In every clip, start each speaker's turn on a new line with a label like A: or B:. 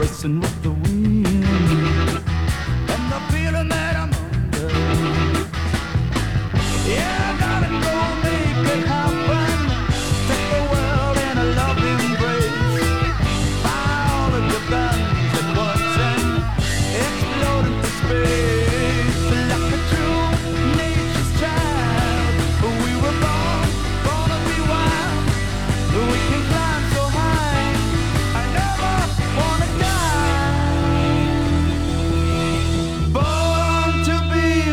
A: messing with the wind and the feeling that I'm under. Yeah, darling, go make it happen. Take the world in a loving embrace. Fire all of your guns at once and explode into space. Like a true nature's child, we were born to be wild. We can climb so high, I never wanna die. Born to be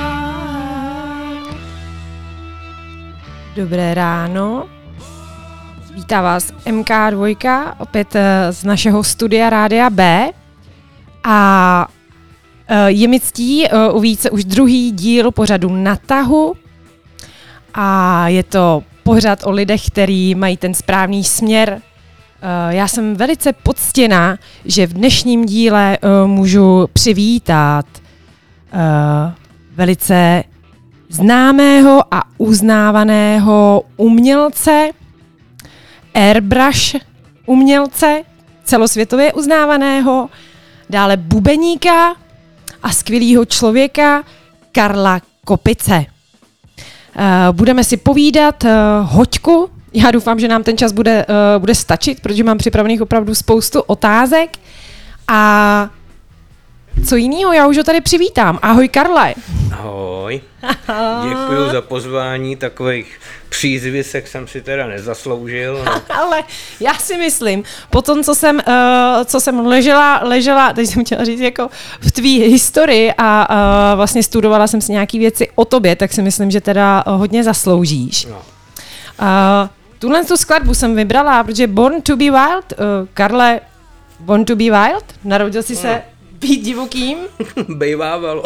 A: wild.
B: Dobré ráno. Vítá vás MK2, opět z našeho studia Rádia B. A je mi ctí uvít se už druhý díl pořadu Na tahu. A je to pořad o lidech, který mají ten správný směr. Já jsem velice poctěná, že v dnešním díle můžu přivítat velice známého a uznávaného umělce, airbrush umělce, celosvětově uznávaného, dále bubeníka a skvělého člověka Karla Kopice. Budeme si povídat hoďku. Já doufám, že nám ten čas bude stačit, protože mám připravených opravdu spoustu otázek. A co jiného, já už ho tady přivítám. Ahoj, Karle.
C: Ahoj. Děkuju za pozvání, takových přízvisek jsem si teda nezasloužil. No.
B: Ale já si myslím, po tom, co jsem ležela, teď jsem chtěla říct, jako v tvý historii a vlastně studovala jsem si nějaký věci o tobě, tak si myslím, že teda hodně zasloužíš.
C: No.
B: Tuhle tu skladbu jsem vybrala, protože Born to be Wild, Karle, Born to be Wild, narodil jsi se být divokým?
C: Bejvávalo.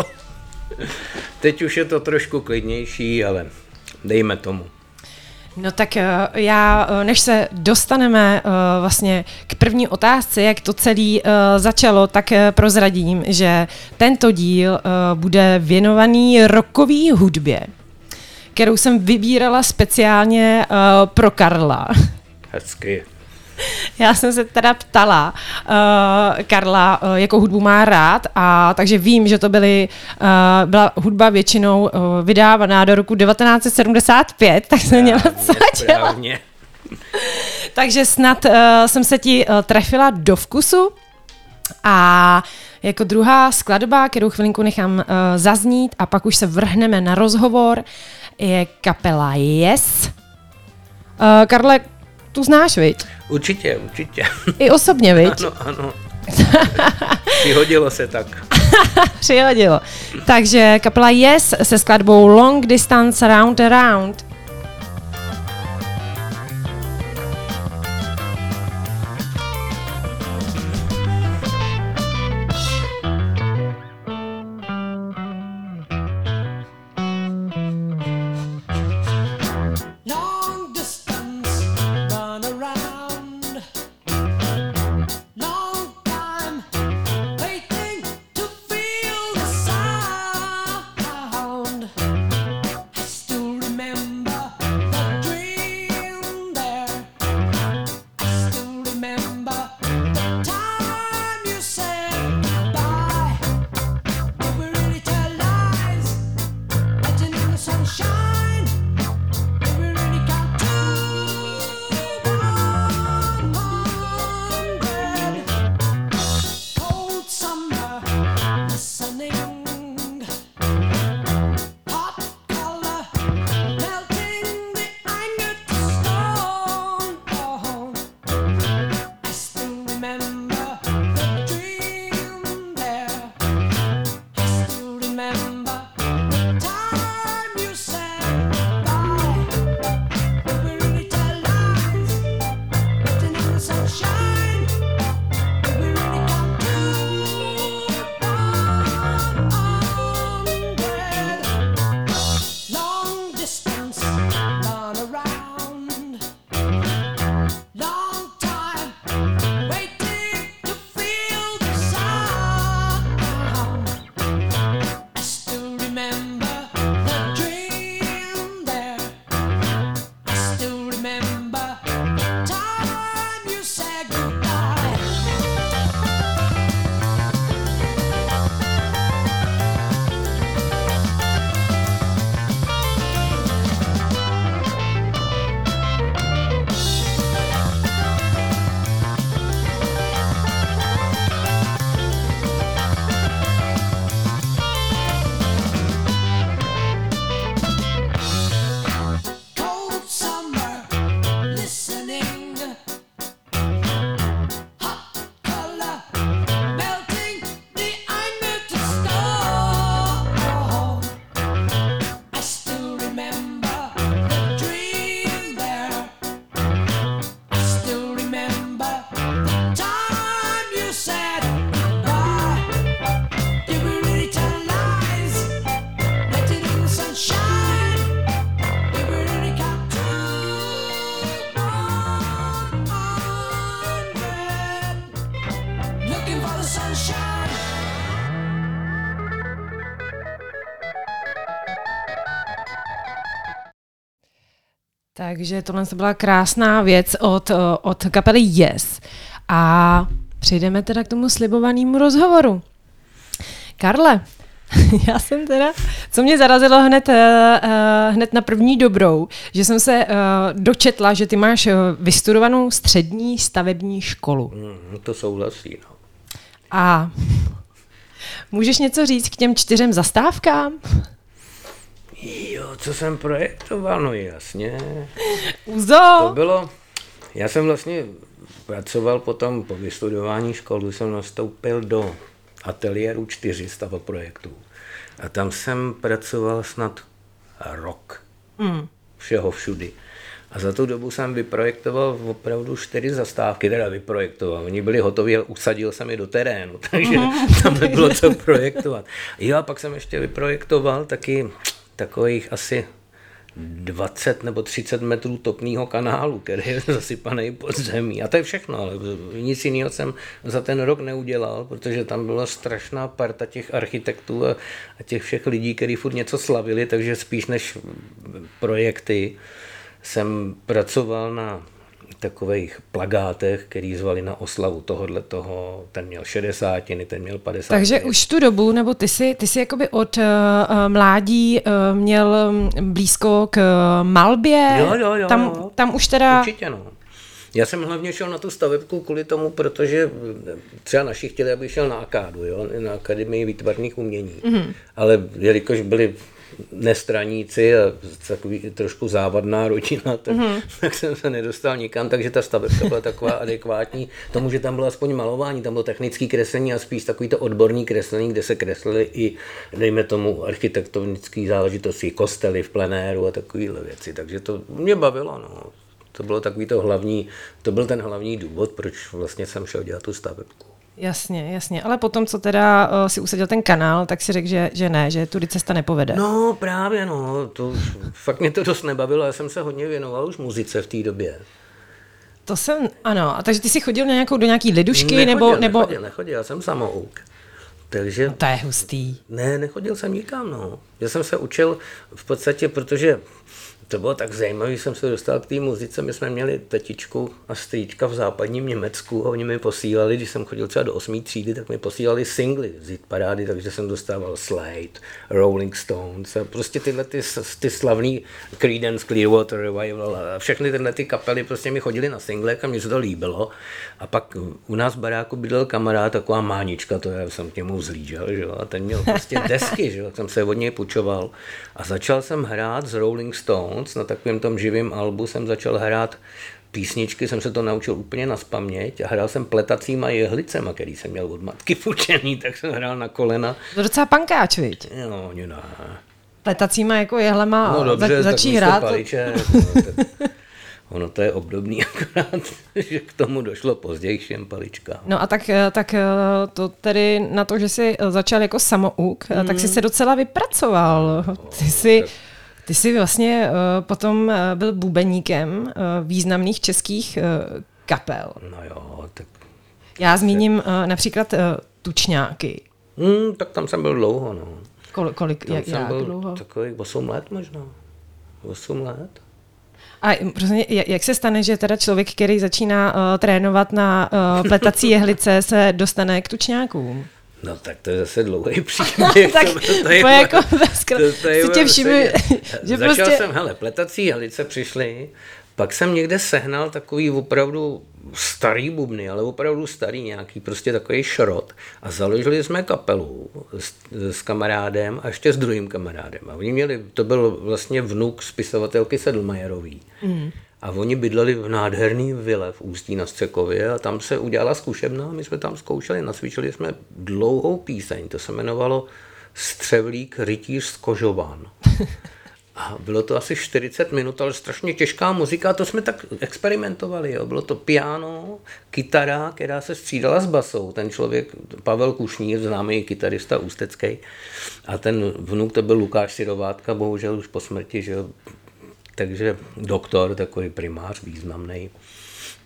C: Teď už je to trošku klidnější, ale dejme tomu.
B: No tak já, než se dostaneme vlastně k první otázce, jak to celé začalo, tak prozradím, že tento díl bude věnovaný rockové hudbě, kterou jsem vybírala speciálně pro Karla.
C: Hezky.
B: Já jsem se teda ptala Karla, jakou hudbu má rád, a takže vím, že to byla hudba většinou vydávaná do roku 1975, tak jsem měla začala. Takže snad jsem se ti trefila do vkusu. A jako druhá skladba, kterou chvilinku nechám zaznít a pak už se vrhneme na rozhovor, je kapela Yes. Karle, tu znáš, viď?
C: Určitě.
B: I osobně, viď?
C: Ano. Přihodilo se tak.
B: Přihodilo. Takže kapela Yes se skladbou Long Distance Round Around.
A: Remember sunshine.
B: Takže tohle byla krásná věc od kapely Yes. A přejdeme teda k tomu slibovanému rozhovoru. Karle, já jsem teda, co mě zarazilo hned na první dobrou, že jsem se dočetla, že ty máš vystudovanou střední stavební školu.
C: To souhlasí, no.
B: A můžeš něco říct k těm 4 zastávkám?
C: Jo, co jsem projektoval, no jasně.
B: Uzo!
C: To bylo, já jsem vlastně pracoval potom po vystudování školy, jsem nastoupil do ateliéru 4 stavoprojektů. A tam jsem pracoval snad rok. Všeho všudy. A za tu dobu jsem vyprojektoval opravdu 4 zastávky, teda vyprojektoval. Oni byli hotoví, ale usadil jsem je do terénu, takže tam nebylo co projektovat. Jo, a pak jsem ještě vyprojektoval taky takových asi 20 nebo 30 metrů topného kanálu, který je zasypaný pod zemí. A to je všechno, ale nic jiného jsem za ten rok neudělal, protože tam byla strašná parta těch architektů a těch všech lidí, kteří furt něco slavili, takže spíš než projekty jsem pracoval na takových plakátech, který zvali na oslavu toho, ten měl 60, ten měl 50.
B: Takže už tu dobu, nebo ty jsi jakoby od mládí měl blízko k malbě?
C: Jo.
B: Tam už teda...
C: Určitě, no. Já jsem hlavně šel na tu stavebku kvůli tomu, protože třeba naši chtěli, abych šel na akádu, jo? Na Akademii výtvarných umění. Ale jelikož byli nestraníci a takový trošku závadná rodina, tak jsem se nedostal nikam, takže ta stavebka byla taková adekvátní tomu, že tam bylo aspoň malování, tam bylo technické kreslení a spíš takový to odborný kreslení, kde se kreslily i, dejme tomu, architektonické záležitosti, kostely v plenéru a takovéhle věci, takže to mě bavilo, no. To bylo takový to byl ten hlavní důvod, proč vlastně jsem šel dělat tu stavebku.
B: Jasně, ale potom, co teda si usadil ten kanál, tak si řekl, že ne, že tudy cesta nepovede.
C: No právě, no, fakt mě to dost nebavilo, já jsem se hodně věnoval už muzice v té době.
B: To jsem, ano, a takže ty jsi chodil do nějaký lidušky,
C: Nechodil, já jsem samouk. Takže...
B: No to je hustý.
C: Ne, nechodil jsem nikam, no. Já jsem se učil v podstatě, protože to bylo tak zajímavé, že jsem se dostal k té muzice. My jsme měli tetičku a strýčka v západním Německu a oni mi posílali, když jsem chodil třeba do 8. třídy, tak mi posílali singly z hitparády, takže jsem dostával Slade, Rolling Stones a prostě tyhle ty slavný Creedence Clearwater Revival a všechny tyhle ty kapely prostě mi chodili na singlech a mně se to líbilo. A pak u nás v baráku bydlel kamarád, taková mánička, to já jsem k němu zlížel, že jo, a ten měl prostě desky, že jo, jsem se od něj půjčoval a začal jsem hrát z Rolling Stones. Na takovém tom živém albu jsem začal hrát písničky, jsem se to naučil úplně nazpaměť a hrál jsem pletacíma jehlicema, který jsem měl od matky půjčený, tak jsem hrál na kolena.
B: To docela pankáč, viď?
C: No, ne.
B: Pletacíma jako jehlema
C: no, dobře,
B: začí hrát.
C: Paliče, ono to je obdobný, akorát, že k tomu došlo později jen palička.
B: No a tak to tedy na to, že jsi začal jako samouk, tak jsi se docela vypracoval. Ty jsi vlastně potom byl bubeníkem významných českých kapel.
C: No jo, tak...
B: Já zmíním například Tučňáky.
C: Tak tam jsem byl dlouho, no.
B: Jak dlouho?
C: Takových 8 let možná. 8 let.
B: A prostě, jak se stane, že teda člověk, který začíná trénovat na pletací jehlice, se dostane k Tučňákům?
C: No tak to je zase dlouhý příběh. Začal jsem, pletací jehlice přišly, pak jsem někde sehnal takový opravdu starý bubny, ale opravdu starý nějaký, prostě takový šrot a založili jsme kapelu s kamarádem a ještě s druhým kamarádem. A oni měli, to byl vlastně vnuk spisovatelky Sedlmajerový. A oni bydleli v nádherný vile v Ústí na Střekově a tam se udělala zkušebna, my jsme tam zkoušeli, nacvičili jsme dlouhou píseň, to se jmenovalo Střevlík rytíř z Kožovan. A bylo to asi 40 minut, ale strašně těžká muzika, to jsme tak experimentovali, jo. Bylo to piano, kytara, která se střídala s basou, ten člověk, Pavel Kušnír, známý kytarista ústecký, a ten vnuk to byl Lukáš Sirovátka, bohužel už po smrti, že jo. Takže doktor, takový primář významný.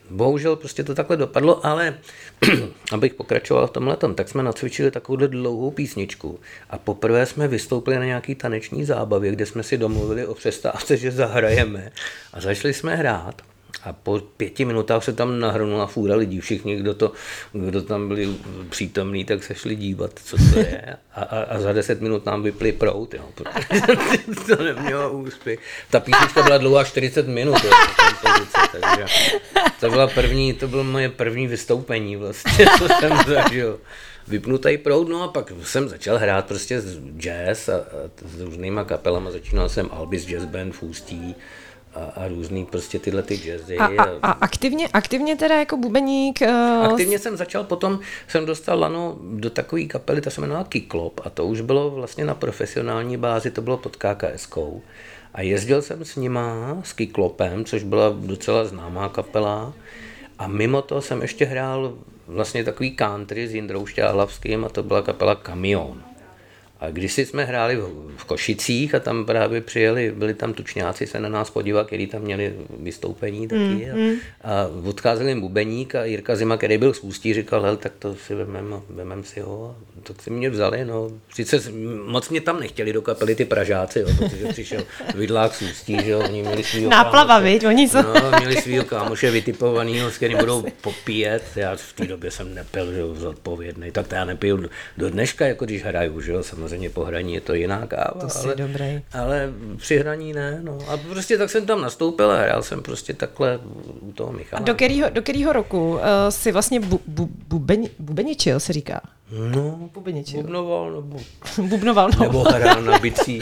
C: bohužel prostě to takhle dopadlo, ale abych pokračoval v tomhletom, tak jsme nacvičili takovouhle dlouhou písničku a poprvé jsme vystoupili na nějaký taneční zábavě, kde jsme si domluvili o přestávce, že zahrajeme a začali jsme hrát. A po 5 minutách se tam nahrnula fůra lidí, všichni, kdo tam byli přítomní, tak se šli dívat, co to je. A za 10 minut nám vypli proud, jo, protože to nemělo úspěch. Ta písnička byla dlouhá 40 minut, jo, takže to bylo moje první vystoupení vlastně, co jsem zažil. Vypnutý proud, no a pak jsem začal hrát prostě jazz a s různýma kapelama, začínal jsem Albis Jazz Band v Ústí, a různý prostě tyhle ty jazzy.
B: A aktivně teda jako bubeník?
C: Aktivně jsem začal, potom jsem dostal lano do takové kapely, ta se jmenovala Kyklop a to už bylo vlastně na profesionální bázi, to bylo pod KKSkou. A jezdil jsem s nima, s Kyklopem, což byla docela známá kapela a mimo to jsem ještě hrál vlastně takový country s Jindrou Šťáhlavským a to byla kapela Kamion. A když jsme hráli v Košicích a tam právě přijeli, byli tam tučňáci se na nás podívat, který tam měli vystoupení taky a odcházeli jim bubeník a Jirka Zima, který byl z Ústí, říkal, hele, tak to si vemem si ho, tak si mě vzali, no. Sice moc mě tam nechtěli do kapely ty Pražáci, jo, protože přišel Vidlák z Ústí, že jo, oni měli svýho
B: náplava, viď, oni jsou.
C: No, měli svýho kámoše vytipovanýho, s kterým budou popíjet, já v té době jsem nepil, že jo, zodpovědnej, tak to já nepiju do dneška, jako když hraju, že jo, samozřejmě po hraní je to jiná káva, ale při hraní ne, no. A prostě tak jsem tam nastoupil a hrál jsem prostě takhle u toho Michala.
B: A do kterého roku si vlastně bubeničil, se říká?
C: No,
B: bubeničil.
C: Bubnoval, nebo hrál na bicí.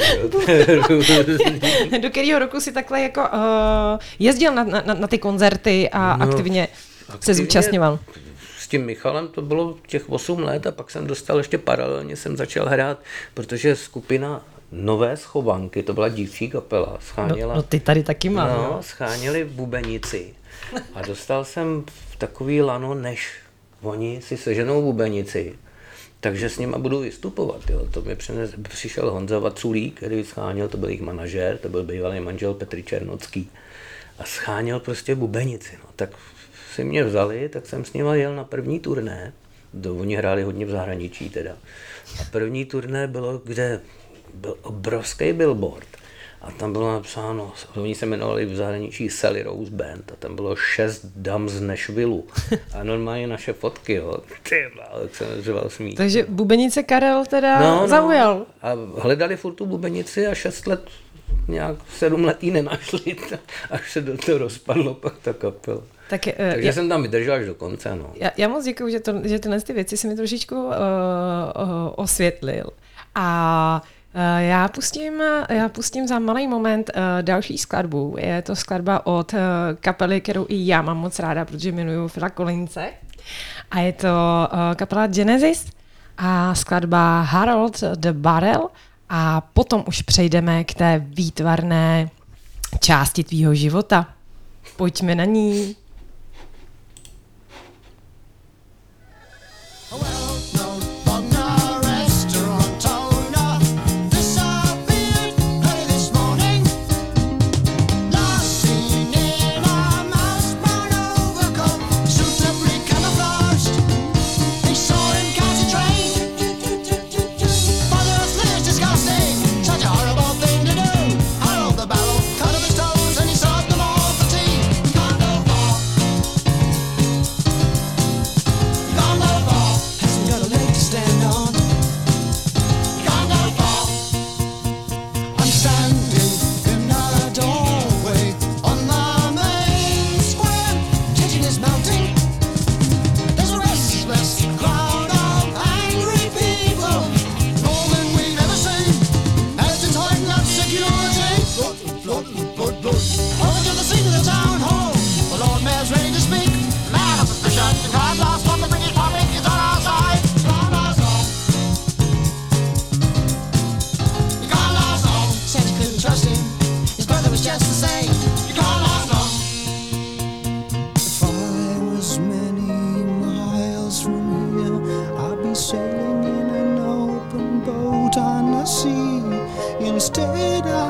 B: Do kterého roku si takhle jako jezdil na ty koncerty a aktivně se zúčastňoval?
C: S tím Michalem to bylo těch 8 let a pak jsem dostal ještě paralelně, jsem začal hrát, protože skupina Nové schovanky, to byla dívčí kapela, scháněla.
B: No ty tady taky mám.
C: No, scháněli bubenici a dostal jsem v takový lano, než oni si seženou bubenici, takže s nima budu vystupovat. Jo. To mi přišel Honza Vaculík, který scháněl, to byl jejich manažér, to byl bývalý manžel Petry Černocký a scháněl prostě bubenici. No. Tak si mě vzali, tak jsem s nima jel na první turné. Oni hráli hodně v zahraničí teda. A první turné bylo, kde byl obrovský billboard. A tam bylo napsáno, oni se jmenovali v zahraničí Sally Rose Band a tam bylo 6 dam z Nashvilleu. A normálně naše fotky, jo. Tak jsem řval smít.
B: Takže bubenice Karel teda zaujal.
C: A hledali furt tu bubenici a 6 let, nějak 7 let jí nenašli, až se do toho rozpadlo pak ta kapela. Takže jsem tam vydržel až do konce. No.
B: Já moc děkuju, že tyhle ty věci si mi trošičku osvětlil. A já pustím za malý moment další skladbu. Je to skladba od kapely, kterou i já mám moc ráda, protože jmenuji Phila Collinse. A je to kapela Genesis a skladba Harold the Barrel. A potom už přejdeme k té výtvarné části tvýho života. Pojďme na ní.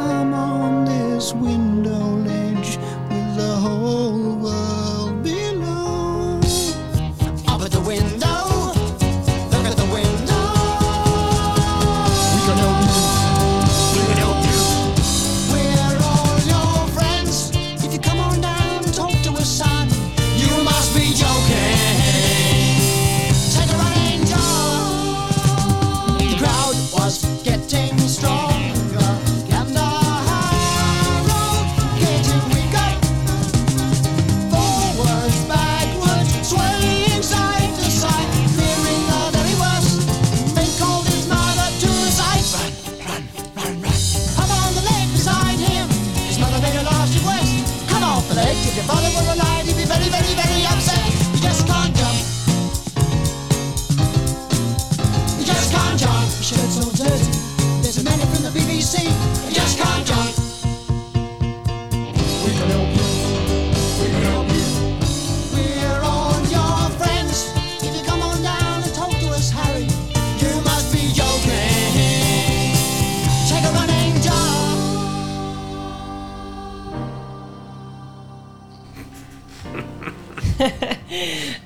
D: Window ledge with the whole world below.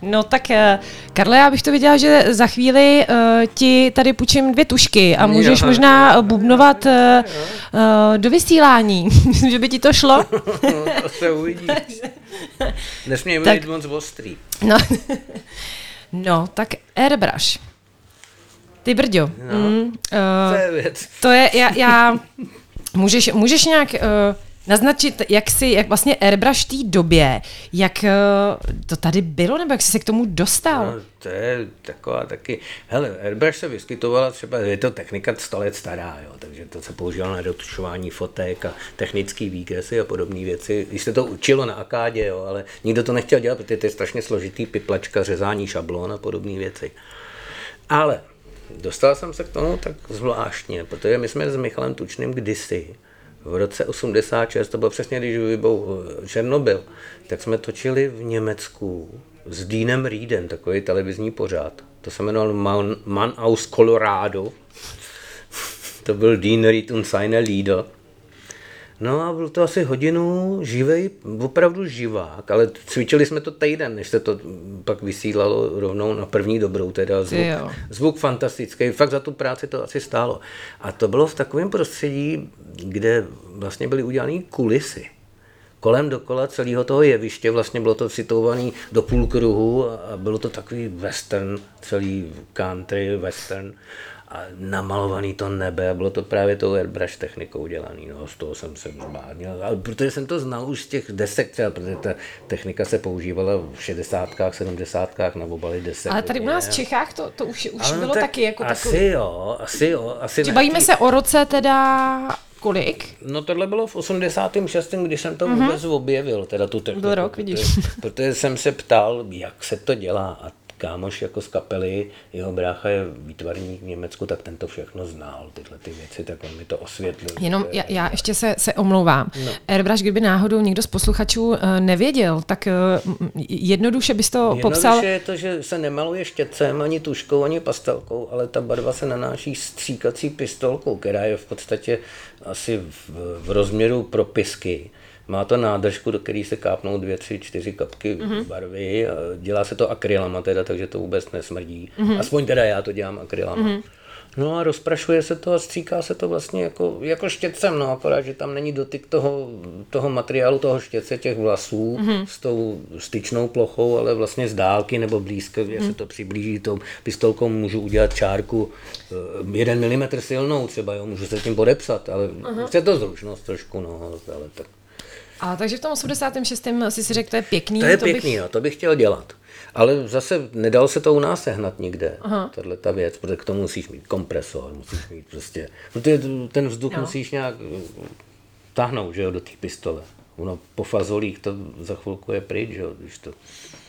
B: No tak, Karle, já bych to viděla, že za chvíli ti tady půjčím 2 tušky a můžeš možná bubnovat do vysílání. Myslím, že by ti to šlo.
C: To se uvidí. Nesmí být moc ostrý.
B: No, tak airbrush. Ty brďo.
C: To je věc.
B: To je, já můžeš nějak naznačit, jak vlastně airbrush v té době, jak to tady bylo, nebo jak jsi se k tomu dostal?
C: No, to je taková taky, hele, airbrush se vyskytovala třeba, je to technika 100 let stará, jo, takže to se používalo na dotušování fotek a technický výkresy a podobné věci. Když se to učilo na akádě, jo, ale nikdo to nechtěl dělat, protože to je strašně složitý, piplačka, řezání šablon a podobné věci. Ale dostal jsem se k tomu tak zvláštně, protože my jsme s Michalem Tučným kdysi, v roce 86, to bylo přesně, když vybuchl Černobyl, tak jsme točili v Německu s Deanem Reedem, takový televizní pořad. To se jmenoval Man aus Colorado. To byl Dean Reed und seine Lieder. No a byl to asi hodinu živej, opravdu živák, ale cvičili jsme to týden, než se to pak vysílalo rovnou na první dobrou, teda zvuk fantastický, fakt za tu práci to asi stálo. A to bylo v takovém prostředí, kde vlastně byly udělané kulisy. Kolem dokola celého toho jeviště, vlastně bylo to situované do půlkruhu a bylo to takový western, celý country western. A namalovaný to nebe a bylo to právě tou airbrush technikou dělaný, no z toho jsem se zbádnil, ale protože jsem to znal už z těch desek třeba, protože ta technika se používala v 60kách, 70kách na obaly desek.
B: Ale tady u nás v Čechách to už bylo tak, taky jako
C: takový. Asi jo.
B: Bavíme se o roce teda kolik?
C: No tohle bylo v 86., když jsem to vůbec objevil, teda tu techniku.
B: Byl rok, vidíš.
C: Protože jsem se ptal, jak se to dělá a kámoš jako z kapely, jeho brácha je výtvarník v Německu, tak ten to všechno znal, tyhle ty věci, tak on mi to osvětlil.
B: Jenom já ještě se omlouvám. No. Airbrush, kdyby náhodou někdo z posluchačů nevěděl, tak jednoduše bys to popsal.
C: Jednoduše je to, že se nemaluje štětcem, ani tuškou, ani pastelkou, ale ta barva se nanáší stříkací pistolkou, která je v podstatě asi v rozměru propisky. Má to nádržku, do které se kápnou 2, 3, 4 kapky barvy a dělá se to akrylama teda, takže to vůbec nesmrdí. Aspoň teda já to dělám akrylama. No a rozprašuje se to a stříká se to vlastně jako štětcem, no akorát, že tam není dotyk toho materiálu, toho štětce, těch vlasů s tou styčnou plochou, ale vlastně z dálky nebo blízko, když se to přiblíží tou pistolkou, můžu udělat čárku 1 mm silnou třeba, jo, můžu se tím podepsat, ale chce to zručnost trošku, no, ale tak.
B: A takže v tom 86. si řekl, to je pěkný.
C: To je pěkný, to bych chtěl dělat. Ale zase nedalo se to u nás sehnat nikde, tato věc, protože k tomu musíš mít kompresor, musíš mít prostě, protože ten vzduch musíš nějak táhnout, že jo, do té pistole. Ono po fazolích to za chvilku je pryč, že jo, když to...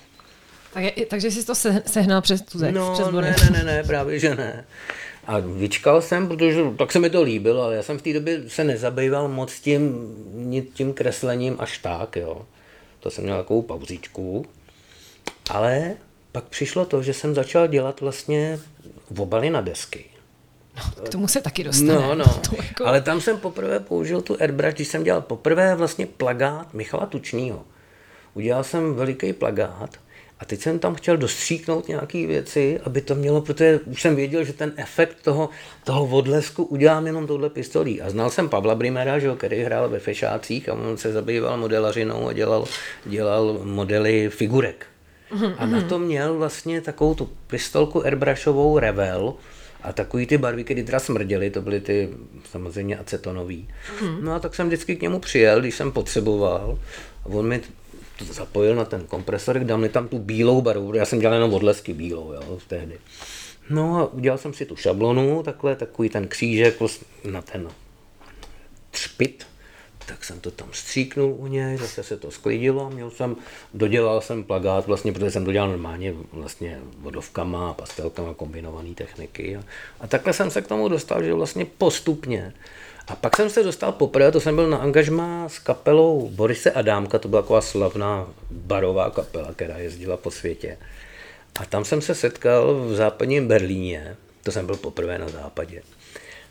B: Takže jsi to sehnal přes tu zeď, přes body.
C: Ne, právě že ne. A vyčkal jsem, protože tak se mi to líbilo, ale já jsem v té době se nezabýval moc tím kreslením až tak, jo. To jsem měl takovou pauzičku, ale pak přišlo to, že jsem začal dělat vlastně obaly na desky.
B: No, k tomu se taky dostane.
C: No, ale tam jsem poprvé použil tu airbrush, když jsem dělal poprvé vlastně plagát Michala Tučnýho. Udělal jsem veliký plagát a teď jsem tam chtěl dostříknout nějaké věci, aby to mělo, protože už jsem věděl, že ten efekt toho odlesku udělám jenom touhle pistolí. A znal jsem Pavla Brimera, že, který hrál ve Fešácích a on se zabýval modelařinou a dělal modely figurek. A na to měl vlastně takovou tu pistolku airbrushovou Revel a takový ty barvy, které teda smrděly, to byly ty samozřejmě acetonový. No a tak jsem vždycky k němu přijel, když jsem potřeboval a on mi to zapojil na ten kompresor, dal mi tam tu bílou barvu, já jsem dělal jenom odlesky bílou, jo, tehdy. No a udělal jsem si tu šablonu, takový ten křížek na ten třpit, tak jsem to tam stříknul u něj, zase se to sklidilo, dodělal jsem plagát, vlastně, protože jsem to dělal normálně vlastně vodovkama, pastelkama, kombinované techniky a takhle jsem se k tomu dostal, že vlastně postupně. A pak jsem se dostal poprvé, to jsem byl na angažmá s kapelou Borise Adámka, to byla taková slavná barová kapela, která jezdila po světě. A tam jsem se setkal v západním Berlíně, to jsem byl poprvé na západě,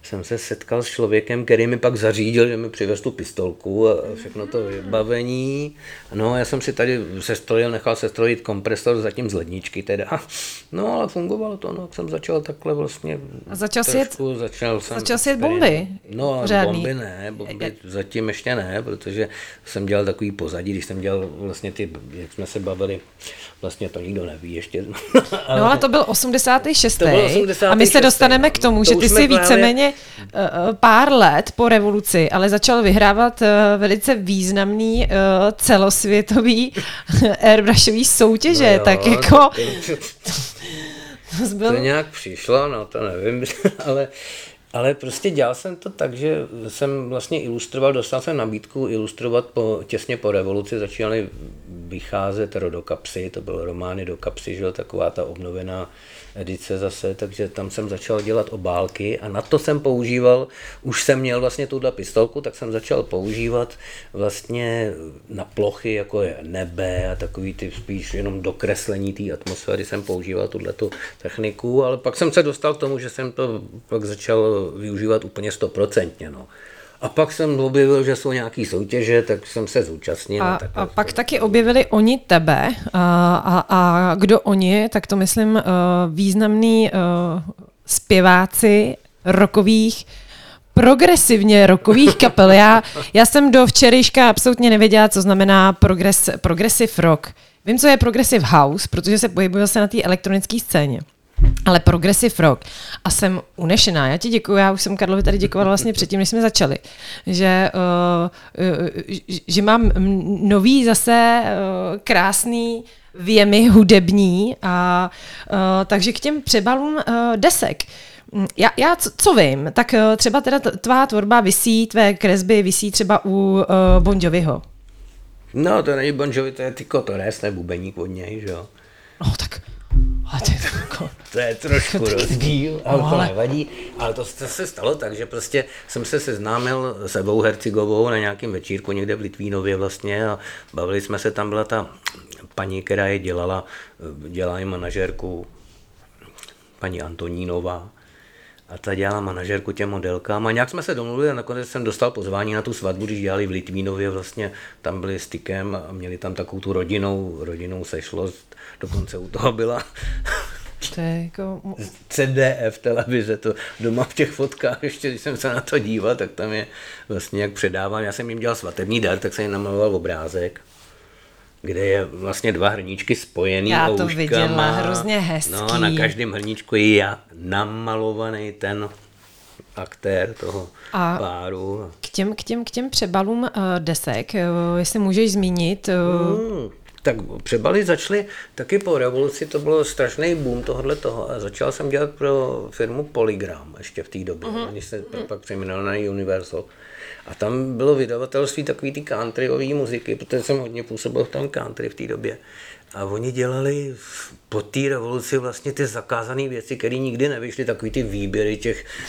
C: jsem se setkal s člověkem, který mi pak zařídil, že mi přivez tu pistolku a všechno to vybavení. No, já jsem si tady nechal sestrojit kompresor zatím z ledničky teda. No, ale fungovalo to, no, jsem začal takhle vlastně.
B: A začal si jet
C: bomby?
B: bomby?
C: No,
B: řádný.
C: Bomby ne, bomby zatím ještě ne, protože jsem dělal takový pozadí, když jsem dělal vlastně ty, jak jsme se bavili, vlastně to nikdo neví ještě.
B: Ale to byl 86.
C: To byl 86.
B: A my se dostaneme k tomu,
C: To
B: že
C: už
B: ty
C: jsme
B: si
C: právě-
B: víceméně pár let po revoluci, ale začal vyhrávat velice významný celosvětový airbrushový soutěže,
C: No jo,
B: tak jako...
C: To nějak přišlo, no to nevím, ale prostě dělal jsem to tak, že jsem vlastně ilustroval, dostal jsem nabídku ilustrovat těsně po revoluci, začínaly vycházet rodokapsy, to bylo romány do kapsy, že jo, taková ta obnovená edice zase, takže tam jsem začal dělat obálky a na to jsem používal, už jsem měl vlastně tuhle pistolku, tak jsem začal používat vlastně na plochy, jako je nebe a takový ty spíš jenom dokreslení té atmosféry jsem používal tuhletu techniku, ale pak jsem se dostal k tomu, že jsem to pak začal využívat úplně 100%, no. A pak jsem objevil, že jsou nějaký soutěže, tak jsem se zúčastnil.
B: A pak taky objevili oni tebe. A kdo oni, tak to myslím významný zpěváci rockových, progresivně rockových kapel. Já jsem do včerejška absolutně nevěděla, co znamená progressive rock. Vím, co je progressive house, protože se pohybuju se na té elektronické scéně. Ale progressive rock. A jsem unešená. Já ti děkuju, já už jsem Karlovi tady děkovala vlastně předtím, než jsme začali. Že mám nový zase krásný věmy hudební a takže k těm přebalům desek. Já co vím, tak třeba teda tvá tvorba visí, tvé kresby visí třeba u Bon Joviho.
C: No, to není Bon Jovi, to je Tycho Torres, ne bubeník od něj, že jo?
B: No tak...
C: To je trošku rozdíl, ale to nevadí. Ale to se stalo tak, že prostě jsem se seznámil s Evou Hercigovou na nějakém večírku někde v Litvínově vlastně a bavili jsme se, tam byla ta paní, která je dělá i manažérku, paní Antonínová. A ta dělala manažérku těm modelkám a nějak jsme se domluvili a nakonec jsem dostal pozvání na tu svatbu, když dělali v Litvínově, vlastně tam byli stykem a měli tam takovou tu rodinnou sešlost, dokonce u toho byla
B: to je jako...
C: CDF televize, to doma v těch fotkách, ještě když jsem se na to díval, tak tam je vlastně jak předávám, já jsem jim dělal svatební dar, tak jsem jim namaloval obrázek, kde je vlastně 2 hrníčky spojený
B: já
C: ouškama.
B: to viděla, hrozně hezký.
C: No a na každém hrníčku je namalovaný ten aktér toho páru.
B: K těm přebalům desek, jestli můžeš zmínit...
C: Tak přebaly začaly taky po revoluci, to bylo strašný boom tohoto a začal jsem dělat pro firmu Polygram ještě v té době, když se pak přejmenoval na Universal. A tam bylo vydavatelství takový ty countryové muziky, protože jsem hodně působil v tom country v té době. A oni dělali po té revoluci vlastně ty zakázané věci, které nikdy nevyšly, takový ty výběry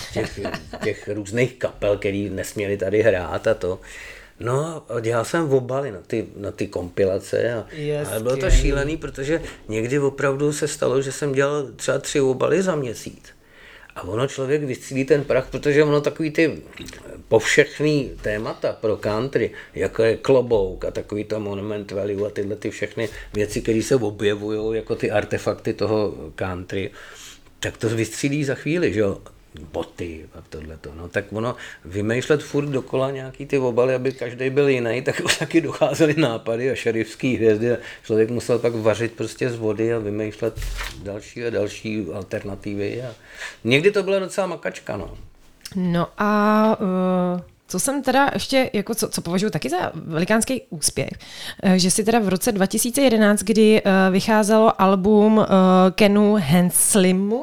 C: těch různých kapel, který nesměli tady hrát a to. No a dělal jsem obaly na ty kompilace ale bylo to šílený, protože někdy opravdu se stalo, že jsem dělal třeba 3 obaly za měsíc. A ono člověk vystřílí ten prach, protože ono takový ty povšechný témata pro country, jako je klobouk a takový to monument value a tyhle ty všechny věci, které se objevují jako ty artefakty toho country, tak to vystřílí za chvíli, že jo? Boty a tohleto. No tak ono vymýšlet furt dokola nějaký ty obaly, aby každý byl jiný, tak taky docházely nápady a šerifský hvězdy a člověk musel pak vařit prostě z vody a vymýšlet další a další alternativy. A někdy to byla docela makačka, no.
B: No a co jsem teda ještě, jako co považuji taky za velikánský úspěch, že si teda v roce 2011, kdy vycházelo album Kenu Henslimu,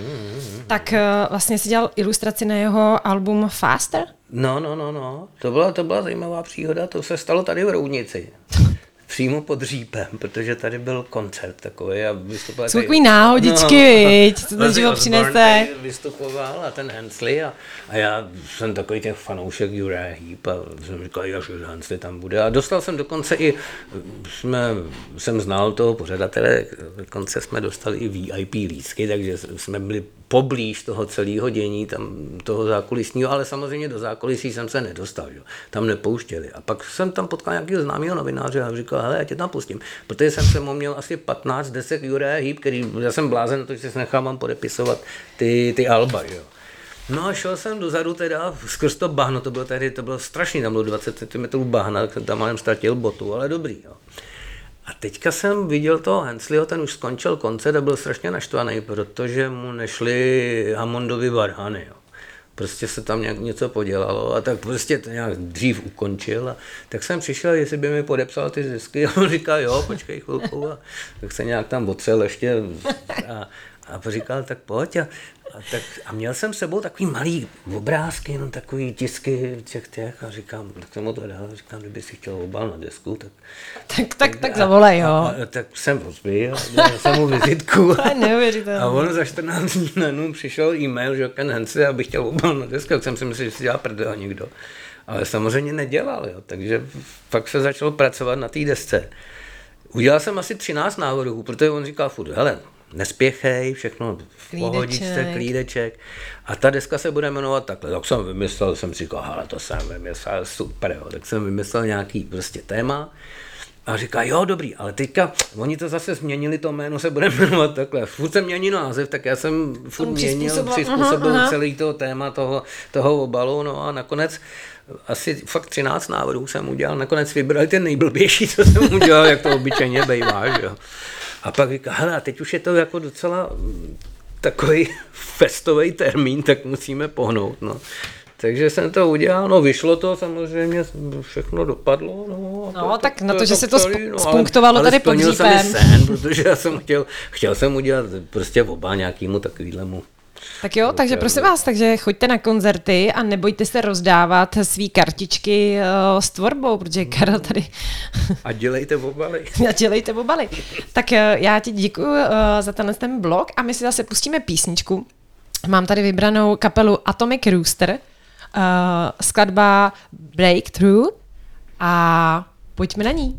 B: tak vlastně si dělal ilustraci na jeho album Faster?
C: No. To byla zajímavá příhoda, to se stalo tady v Roudnici. přímo pod Řípem, protože tady byl koncert takový a vystupoval.
B: Jsou takový náhodičky, viď, co ten život přinese.
C: Vystupoval a ten Hensley a já jsem takový ten fanoušek Uriah Heep a jsem říkal, že Hensley tam bude. A dostal jsem dokonce i, jsem znal toho pořadatele, dokonce jsme dostali i VIP lístky, takže jsme byli poblíž toho celého dění, tam toho zákulisního, ale samozřejmě do zákulisí jsem se nedostal, jo. Tam nepouštěli. A pak jsem tam potkal nějakého známého novináře a říkal, hele, já tě tam pustím, protože jsem se mu měl asi 15 desek Uriah Heep, který, já jsem blázen na to, že si nechám podepisovat ty alba, jo. No a šel jsem dozadu teda skrz to bahno, to bylo strašný, tam bylo 20 cm bahna, tak jsem tam malem ztratil botu, ale dobrý, jo. A teďka jsem viděl toho Hensleyho, ten už skončil koncert a byl strašně naštvaný, protože mu nešly Hammondovi varhany, jo. Prostě se tam nějak něco podělalo a tak prostě to nějak dřív ukončil a tak jsem přišel, jestli by mi podepsal ty disky a on říkal, jo, počkej chvilku a tak se nějak tam otřel ještě a říkal, tak pojď a měl jsem s sebou takový malý obrázky, jenom takový tisky těch a říkám, tak jsem mu to dal, říkám, kdyby si chtěl obal na desku,
B: tak zavolej, jo.
C: A tak jsem pozbil, dal jsem mu vizitku a on za 14 dnů přišel e-mail, že Ken Hensley, aby chtěl obal na desku, tak jsem si myslel, že si dělá prdel někdo. Ale samozřejmě nedělal, jo, takže pak se začal pracovat na té desce. Udělal jsem asi 13 návrhů, protože on říkal furt, hele, nespěchej, všechno v pohodičce, klídeček. A ta deska se bude jmenovat takhle. Tak jsem říkal, hele, to jsem vymyslel, super, jo. Tak jsem vymyslel nějaký prostě téma a říká, jo, dobrý, ale teďka oni to zase změnili, to jméno se bude jmenovat takhle. Furt jsem měnil název, tak já jsem furt přizpůsobil celý toho téma, toho obalu, no a nakonec asi fakt 13 návrhů jsem udělal, nakonec vybrali ten nejblbější, co jsem udělal, jak to obyčejně bývá, jo. A pak říká, hele, teď už je to jako docela takový festový termín, tak musíme pohnout, no. Takže jsem to udělal, no vyšlo to, samozřejmě všechno dopadlo, no.
B: No, tak na to, že se to spunktovalo tady pod Řípem.
C: Ale splnil jsem sen, protože já jsem chtěl jsem udělat prostě oba nějakému takovýhlemu.
B: Tak jo, takže prosím vás, takže choďte na koncerty a nebojte se rozdávat svý kartičky s tvorbou, protože Karel tady...
C: A dělejte obaly.
B: Tak já ti děkuji za ten blog a my si zase pustíme písničku. Mám tady vybranou kapelu Atomic Rooster, skladba Breakthrough a pojďme na ní.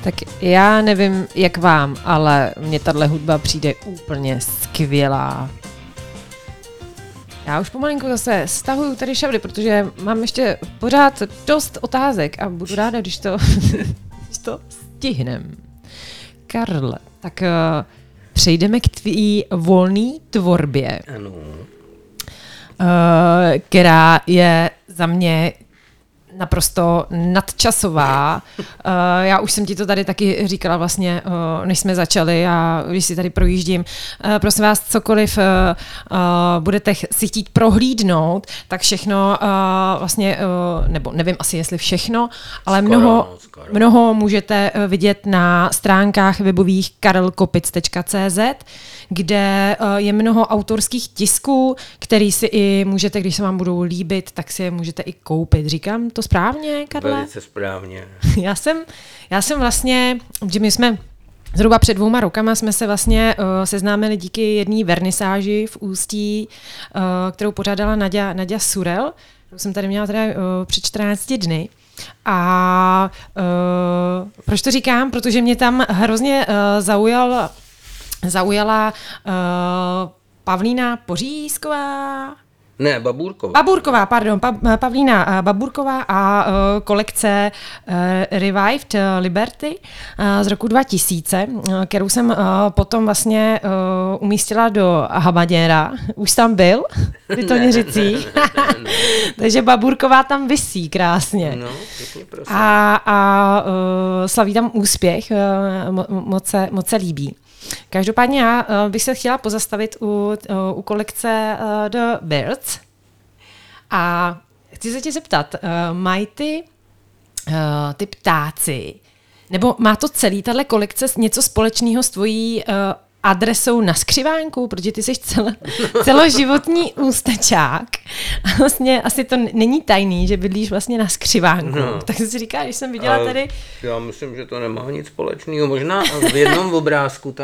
B: Tak já nevím, jak vám, ale mně tahle hudba přijde úplně skvělá. Já už pomalinku zase stahuju tady šavly, protože mám ještě pořád dost otázek a budu ráda, když to stihnem. Karle, tak přejdeme k tvý volný tvorbě,
C: Ano.
B: která je za mě naprosto nadčasová. Já už jsem ti to tady taky říkala vlastně, než jsme začali a když si tady projíždím. Prosím vás, cokoliv budete si chtít prohlídnout, tak všechno vlastně, nebo nevím asi jestli všechno, ale mnoho můžete vidět na stránkách webových karelkopic.cz, kde je mnoho autorských tisků, který si i můžete, když se vám budou líbit, tak si je můžete i koupit. Říkám to správně, Karle?
C: Velice správně.
B: Já jsem vlastně, že my jsme zhruba před 2 rokama jsme se vlastně seznámili díky jedné vernisáži v Ústí, kterou pořádala Naďa Surel, kterou jsem tady měla teda před 14 dny. A proč to říkám? Protože mě tam hrozně zaujala Pavlína Pořízková.
C: Ne, Babůrková.
B: Babůrková, pardon, Pavlína Babůrková a kolekce Revived Liberty z roku 2000, kterou jsem potom vlastně umístila do Habaděra. Už tam byl, v Litoměřicích. Takže Babůrková tam visí krásně.
C: No, pěkně prosím.
B: A slaví tam úspěch, moc se líbí. Každopádně já bych se chtěla pozastavit u kolekce The Birds a chci se tě zeptat, mají ty ptáci, nebo má to celý tahle kolekce něco společného s tvojí adresou na skřivánku, protože ty jsi celoživotní ústačák. A vlastně asi to není tajný, že bydlíš vlastně na skřivánku. No. Tak jsem si říkala, když jsem viděla tady...
C: Já myslím, že to nemá nic společného. Možná v jednom obrázku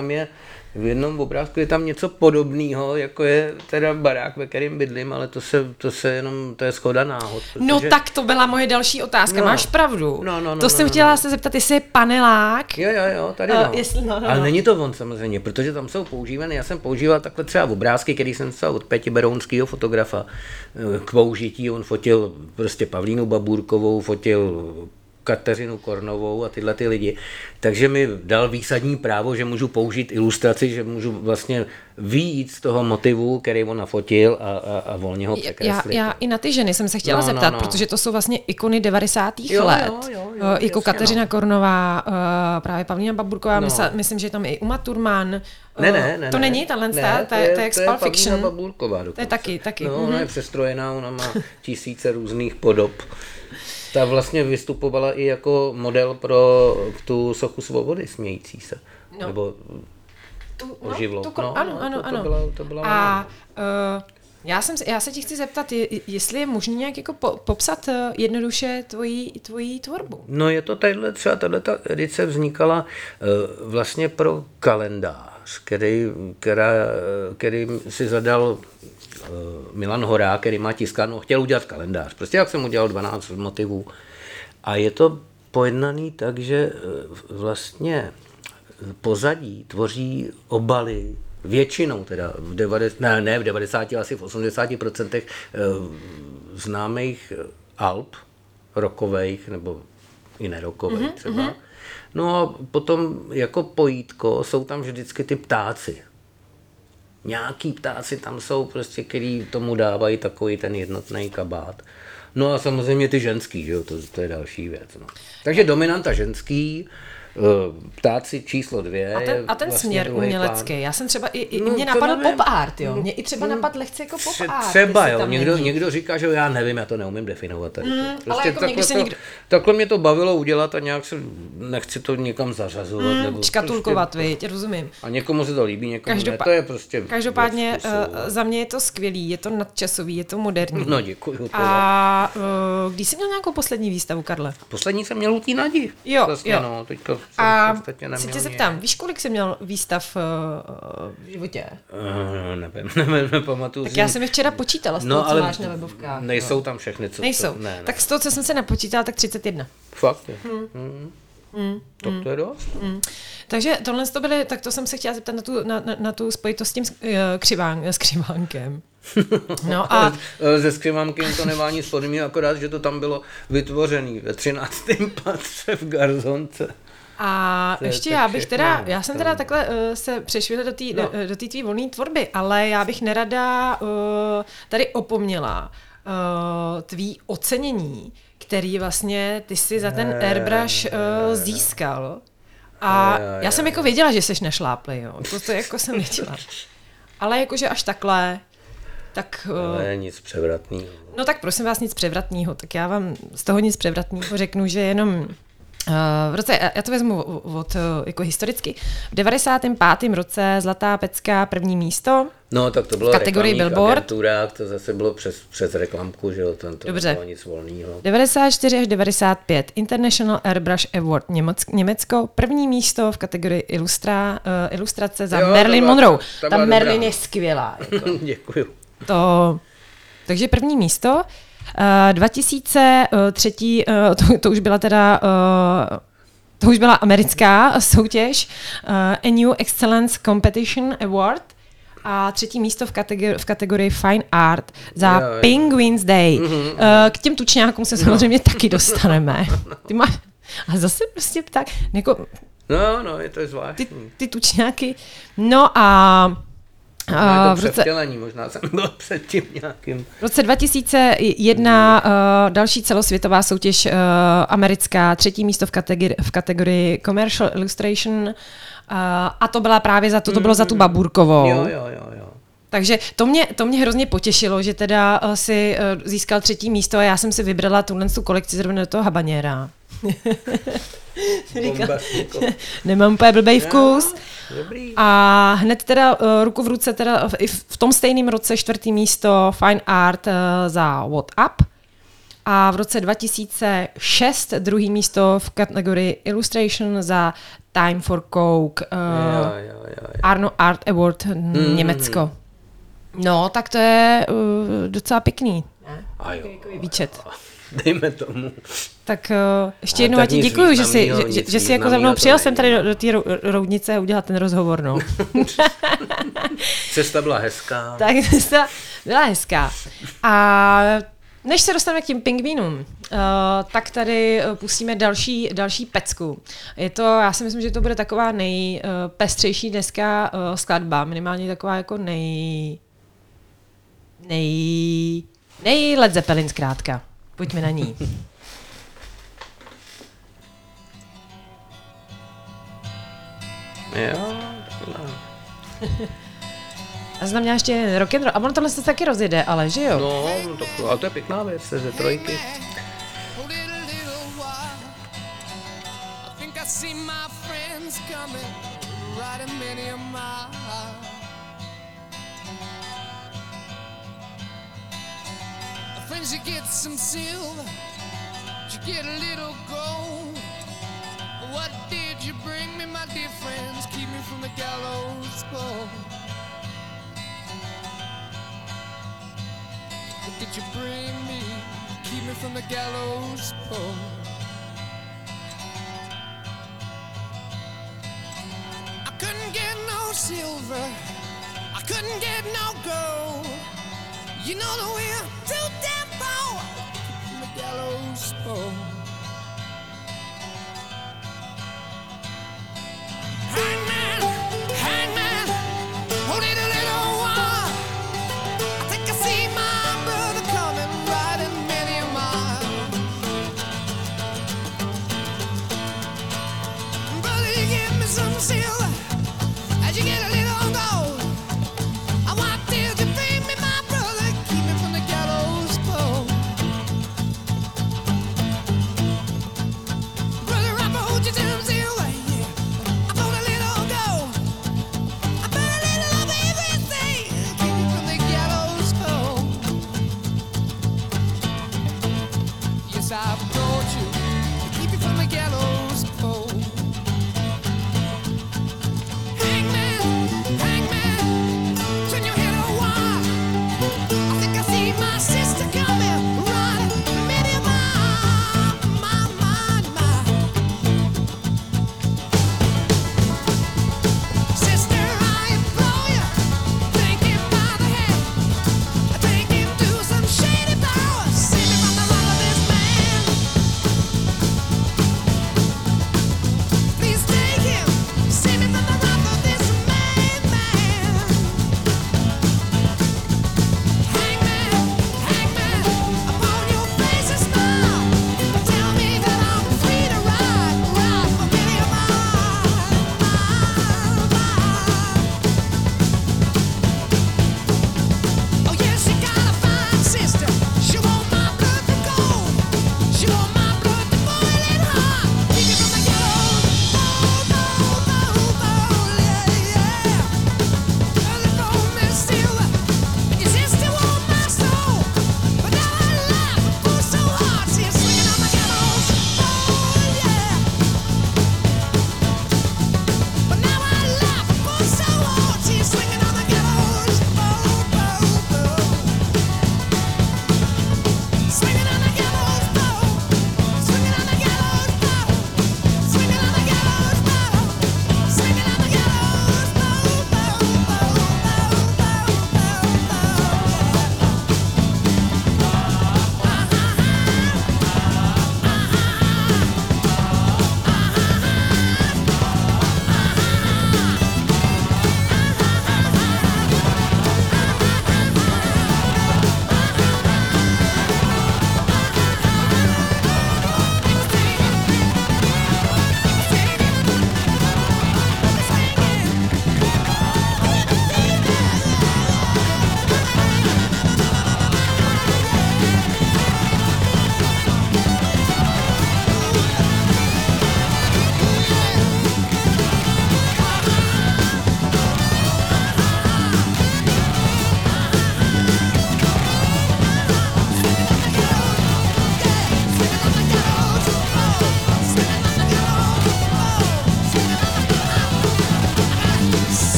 C: je tam něco podobného, jako je teda barák, ve kterém bydlím, ale to je shoda náhod. Protože...
B: No tak to byla moje další otázka, máš pravdu. To jsem chtěla se zeptat, jestli je panelák.
C: Jo, tady Ale není to on samozřejmě, protože tam jsou používané, já jsem používal takhle třeba obrázky, který jsem psal od Peti Berounského fotografa k použití, on fotil prostě Pavlínu Babůrkovou, fotil Kateřinu Kornovou a tyhle ty lidi. Takže mi dal výsadní právo, že můžu použít ilustraci, že můžu vlastně vyjít z toho motivu, který on nafotil a volně ho překreslit.
B: Já i na ty ženy jsem se chtěla zeptat, protože to jsou vlastně ikony 90. let. Jako Kateřina Kornová, právě Pavlína Babůrková, myslím, že je tam i Uma Thurman.
C: Ne.
B: To není tahle, to je jak Pulp Fiction.
C: Pavlína Babůrková dokonce.
B: To je taky.
C: No, ona je přestrojená, ona má tisíce různých podob. Ta vlastně vystupovala i jako model pro tu sochu svobody smějící se. No. Nebo oživlou.
B: Ano.
C: To byla
B: a já se ti chci zeptat, jestli je možné nějak jako popsat jednoduše tvoji tvorbu.
C: No je to tato edice vznikala vlastně pro kalendář, který si zadal Milan Horák, který má tiskárnu, chtěl udělat kalendář. Prostě jak jsem udělal 12 motivů. A je to pojednaný tak, že vlastně pozadí tvoří obaly, většinou teda, v 90, asi v 80% známých alb, rockových nebo i nerockových třeba. No a potom jako pojítko jsou tam vždycky ty ptáci. Nějaký ptáci tam jsou, prostě, který tomu dávají takový ten jednotný kabát. No a samozřejmě ty ženský, že jo, to je další věc. No. Takže dominanta ženský, ptáci číslo 2.
B: A ten vlastně směr umělecký. Já jsem třeba mě napadl pop art, jo. Mě i třeba napadl lehce jako pop art.
C: Třeba, jo. Někdo říká, že já nevím, já to neumím definovat.
B: Prostě ale jako
C: takhle mě to bavilo udělat a nějak nechci to někam zařazovat. Nebo
B: škatulkovat, prostě, rozumím.
C: A někomu se to líbí, někomu ne. To je prostě...
B: Každopádně za mě je to skvělý, je to nadčasový, je to moderní.
C: No děkuju.
B: A když jsi měl nějakou poslední výstavu, Karle?
C: Poslední jsem měl u té Nadi.
B: Jo.
C: No, teďka
B: a si tě zeptám, víš, kolik jsi měl výstav v životě?
C: Nevím, nepamatuju.
B: Tak já jsem je včera počítala z toho, co máš na webovkách.
C: Nejsou tam všechny, co...
B: Nejsou.
C: Ne.
B: Tak z toho, co jsem se napočítala, tak 31.
C: Fakt je. Tak to je dost.
B: Takže tohle to byly, tak to jsem se chtěla zeptat na tu spojitost s tím skřivánkem. No a
C: ze skřivánkem to nemá nic podobného, akorát, že to tam bylo vytvořený ve 13. patře v garzonce.
B: A ještě já bych teda, já jsem teda takhle se přešvihla do té tvý volné tvorby, ale já bych nerada tady opomněla tvý ocenění, který vlastně ty si za ten airbrush získal. A já jsem jako věděla, že jsi nešláplý, jo. To jako jsem věděla. Ale jakože až takhle, tak...
C: Ale nic převratného.
B: No tak prosím vás, nic převratného. Tak já vám z toho nic převratného řeknu, že jenom... v roce, já to vezmu od jako historicky, v 95. roce Zlatá pecka, první místo.
C: No, tak to bylo
B: kategorii Billboard.
C: Agenturách, to zase bylo přes reklamku, že jo, to nebylo nic volného.
B: 94 až 95 International Airbrush Award Německo, první místo v kategorii ilustrace za Marilyn Monroe. Ta Marilyn je skvělá. Jako.
C: Děkuju.
B: Takže první místo. 2003, to už byla teda to už byla americká soutěž, A New Excellence Competition Award a třetí místo v kategorii Fine Art za Penguins Day. K těm tučňákům se samozřejmě taky dostaneme. A zase prostě tak, jako...
C: No, je to zvláštní.
B: Ty tučňáky. No a...
C: možná jsem byl před tím nějakým.
B: V roce 2001 další celosvětová soutěž americká, třetí místo v kategorii Commercial Illustration a to byla právě za to bylo za tu Babůrkovou.
C: Jo.
B: Takže to mě hrozně potěšilo, že teda si získal třetí místo a já jsem si vybrala tu kolekci zrovna do toho habaněra. Nemám úplně blbej vkus.
C: Dobrý.
B: A hned teda ruku v ruce, teda v tom stejném roce čtvrtý místo Fine Art za What Up. A v roce 2006 druhý místo v kategorii Illustration za Time for Coke. Arno Art Award Německo. No, tak to je docela pěkný. Výčet.
C: Dejme tomu.
B: Tak ještě jednou ti děkuju, že jsi jako za mnou přijel jsem tady do té roudnice a udělat ten rozhovor. No.
C: Cesta byla hezká.
B: Tak cesta byla hezká. A než se dostaneme k těm pingvínům, tak tady pustíme další pecku. Já si myslím, že to bude taková nejpestřejší dneska skladba, minimálně taková jako nej Led Zeppelin zkrátka. Pojďme na ní.
C: Jo.
B: A jsem tam měla ještě rock'n'roll. A ono tohle se taky rozjede, ale že jo?
C: No, ale to je pěkná věc, ze trojky. Friends, you get some silver, you get a little gold. What did you bring me, my dear friends? Keep me from the gallows pole. What did you bring me? Keep me from the gallows pole. I couldn't get no silver, I couldn't get no gold. You know that we're too damn poor from the gallows pole. Hangman, hold it a little while. I think I see my brother coming, riding many a mile. Brother, you give me some silver as you get a little gold. I want till you bring me my brother, keep me from the gallows pole.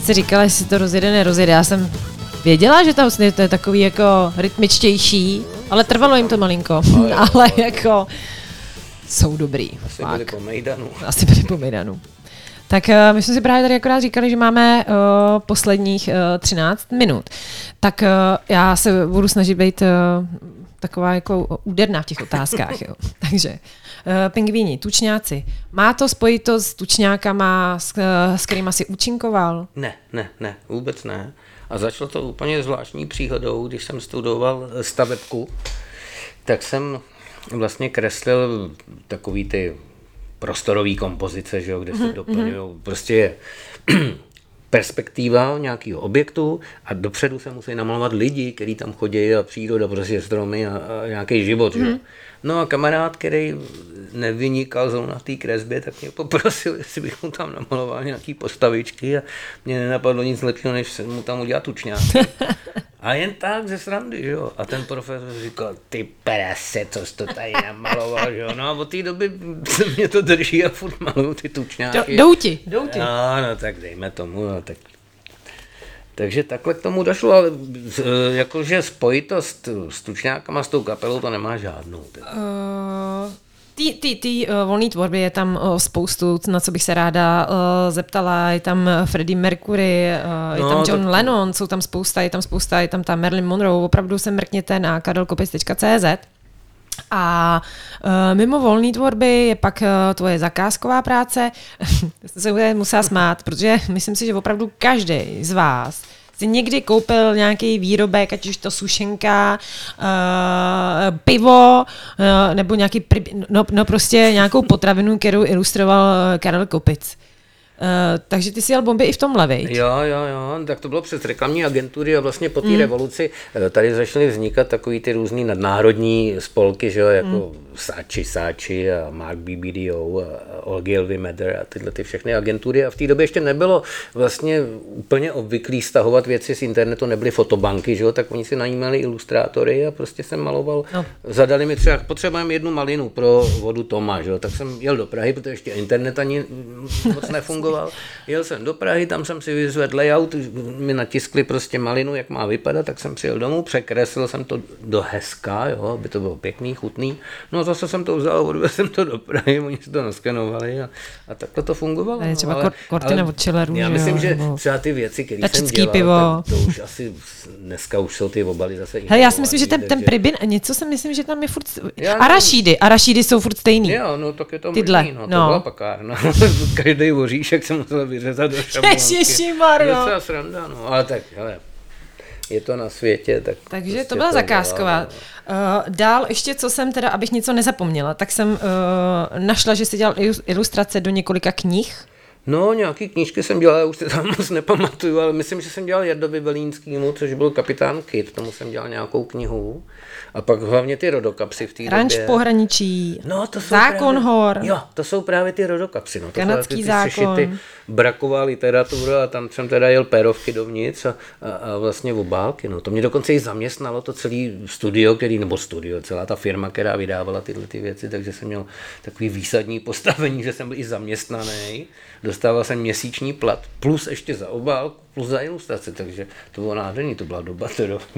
B: si říkala, jestli to rozjede, nerozjede. Já jsem věděla, že tam to je takový jako rytmičtější, ale trvalo jim to malinko. Ale jako jsou dobrý.
C: Asi byli po Mejdanu.
B: Asi byli po Mejdanu. Tak my jsme si právě tady akorát říkali, že máme posledních 13 minut. Tak já se budu snažit být taková jako úderná v těch otázkách. Jo. Takže pingvíni, tučňáci. Má to spojitost s tučňákama, s kterýma si účinkoval?
C: Ne, vůbec ne. A začalo to úplně zvláštní příhodou, když jsem studoval stavebku, tak jsem vlastně kreslil takový ty prostorový kompozice, že jo, kde se doplňují. Prostě je perspektiva nějakého objektu a dopředu se musí namalovat lidi, kteří tam chodí a příroda, prostě stromy a nějaký život. Že? No a kamarád, který nevynikal zrovna v té kresbě, tak mě poprosil, jestli bych mu tam namaloval nějaký postavičky a mě nenapadlo nic lepšího, než mu tam udělat tučňáky. A jen tak ze srandy, že jo. A ten profesor říkal, ty prase, co jsi to tady namaloval, že jo. No a od té doby se mě to drží a furt maluju ty tučňáky.
B: Jdou ti.
C: No, tak dejme tomu, no, tak. Takže takhle k tomu došlo, ale jakože spojitost s tučňákama, s tou kapelou, to nemá žádnou.
B: Ty volné tvorby je tam spoustu, na co bych se ráda zeptala. Je tam Freddie Mercury, je tam John Lennon, jsou tam spousta, je tam ta Marilyn Monroe. Opravdu se mrkněte na karolkopec.cz. A mimo volné tvorby je pak tvoje zakázková práce. jsem se musela smát, protože myslím si, že opravdu každý z vás si někdy koupil nějaký výrobek, ať už to sušenka, pivo, nebo nějaký, prostě nějakou potravinu, kterou ilustroval Karel Kopic. Takže ty si jel bomby i v tomhle, viď?
C: Jo, tak to bylo přes reklamní agentury a vlastně po té revoluci tady začaly vznikat takový ty různý nadnárodní spolky, že jo, jako Saatchi a Mark BBDO a Ogilvy Mather a tyhle ty všechny agentury a v té době ještě nebylo vlastně úplně obvyklý stahovat věci z internetu, nebyly fotobanky, že jo, tak oni si najímali ilustrátory a prostě jsem maloval, zadali mi třeba, potřebujeme jednu malinu pro vodu Toma, že jo, tak jsem jel do Prahy, protože ještě internet ani moc nefungoval. Jel jsem do Prahy, tam jsem si vyzvedl layout, mi natiskli prostě malinu, jak má vypadat, tak jsem přijel domů, překreslil jsem to do hezka, jo, aby to bylo pěkný, chutný. No a zase jsem to vzal, odvezl jsem to do Prahy, oni si to naskenovali a takhle to fungovalo.
B: Je třeba kortina od Chillerů,
C: já myslím, že třeba ty věci, které jsem dělal, to už asi dneska už jsou ty obaly zase.
B: Hele, já si myslím, že ten Pribin, něco si myslím, že tam je furt... Arašídy jsou furt stejný.
C: Jo, no tak je to možný, no, to byla pakárna. Každý voříšek se musel vyřezat do šablonky.
B: Ježišimarjo.
C: Docela sranda, no, ale tak, hele, je to na světě, tak...
B: Takže prostě to byla zakázková. Dál ještě, co jsem teda, abych něco nezapomněla, tak jsem našla, že jsi dělal ilustrace do několika knih.
C: No, nějaký knížky jsem dělal, já už se tam moc nepamatuju, ale myslím, že jsem dělal Jardovi Velínskýmu, což byl Kapitán Kid, tomu jsem dělal nějakou knihu. A pak hlavně ty rodokapsy v té době.
B: Ranč v pohraničí,
C: no, to jsou
B: Zákon
C: právě,
B: hor.
C: Jo, to jsou právě ty rodokapsy. No,
B: Kanadský zákon.
C: Sešity, braková literatura a tam jsem teda jel pérovky dovnitř a vlastně obálky. No. To mě dokonce i zaměstnalo to celý studio, celá ta firma, která vydávala tyhle ty věci, takže jsem měl takový výsadní postavení, že jsem byl i zaměstnaný. Dostával jsem měsíční plat, plus ještě za obálku, plus za ilustrace, takže to bylo nádherný, to byla doba,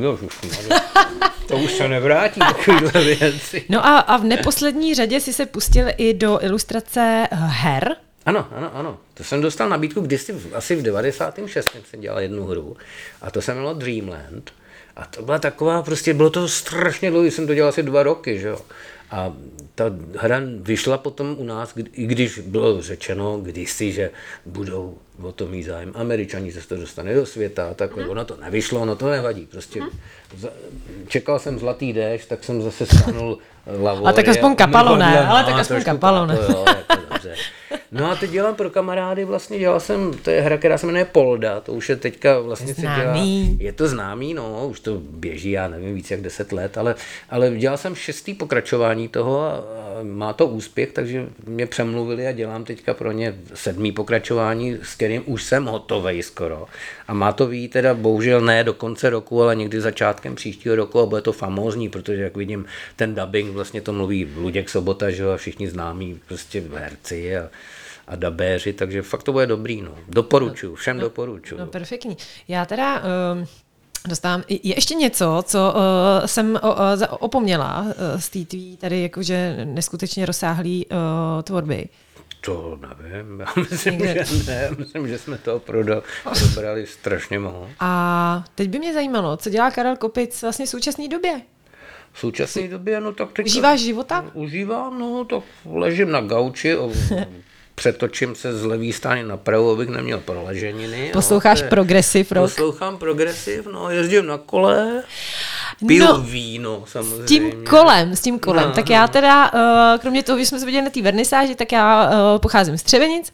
C: to už se nevrátí, takovýhle věci.
B: No a v neposlední řadě si se pustil i do ilustrace her.
C: Ano, to jsem dostal nabídku kdysi, asi v 96. jsem dělal jednu hru a to se jmenovalo Dreamland a to byla taková, prostě bylo to strašně dlouho, jsem to dělal asi 2 roky, že jo. A ta hra vyšla potom u nás, i když bylo řečeno kdysi, že budou o to mít zájem Američani, že se to dostane do světa a takhle. Ono to nevyšlo, ono to nevadí. Prostě čekal jsem zlatý déšť, tak jsem zase stáhnul Lavorie.
B: A tak aspoň kapalo, ne? Ale tak aspoň kapalo, ne?
C: Jo, jako dobře. No a teď dělám pro kamarády, vlastně dělal jsem, to je hra, která se jmenuje Polda, to už je teďka vlastně se dělá. Je to známý, no, už to běží, já nevím, víc jak 10 let, ale dělal jsem 6. pokračování toho a má to úspěch, takže mě přemluvili a dělám teďka pro ně 7. pokračování, s kterým už jsem hotovej skoro. A má to vyjít teda bohužel ne do konce roku, ale někdy začátkem příštího roku a bude to famózní, protože jak vidím ten dubbing, vlastně to mluví Luděk Sobota, že jo, a všichni známí prostě herci a dabéři, takže fakt to bude dobrý. No. Doporučuju, všem doporučuju.
B: No perfektní. Já teda dostávám, je ještě něco, co jsem opomněla z té tvý tady jakože neskutečně rozsáhlý tvorby.
C: To nevím, já myslím, že ne, myslím, že jsme toho probrali strašně moc.
B: A teď by mě zajímalo, co dělá Karel Kopic vlastně v současné době?
C: V současné době, no tak...
B: Užíváš života?
C: Užívám, no tak ležím na gauči, přetočím se z levý strany na pravou, abych neměl proleženiny.
B: Posloucháš progresiv rock?
C: Poslouchám progresiv, no, jezdím na kole, piju víno samozřejmě.
B: S tím kolem. No, tak já teda, kromě toho, že jsme se viděli na té vernisáži, tak já pocházím z Třebenic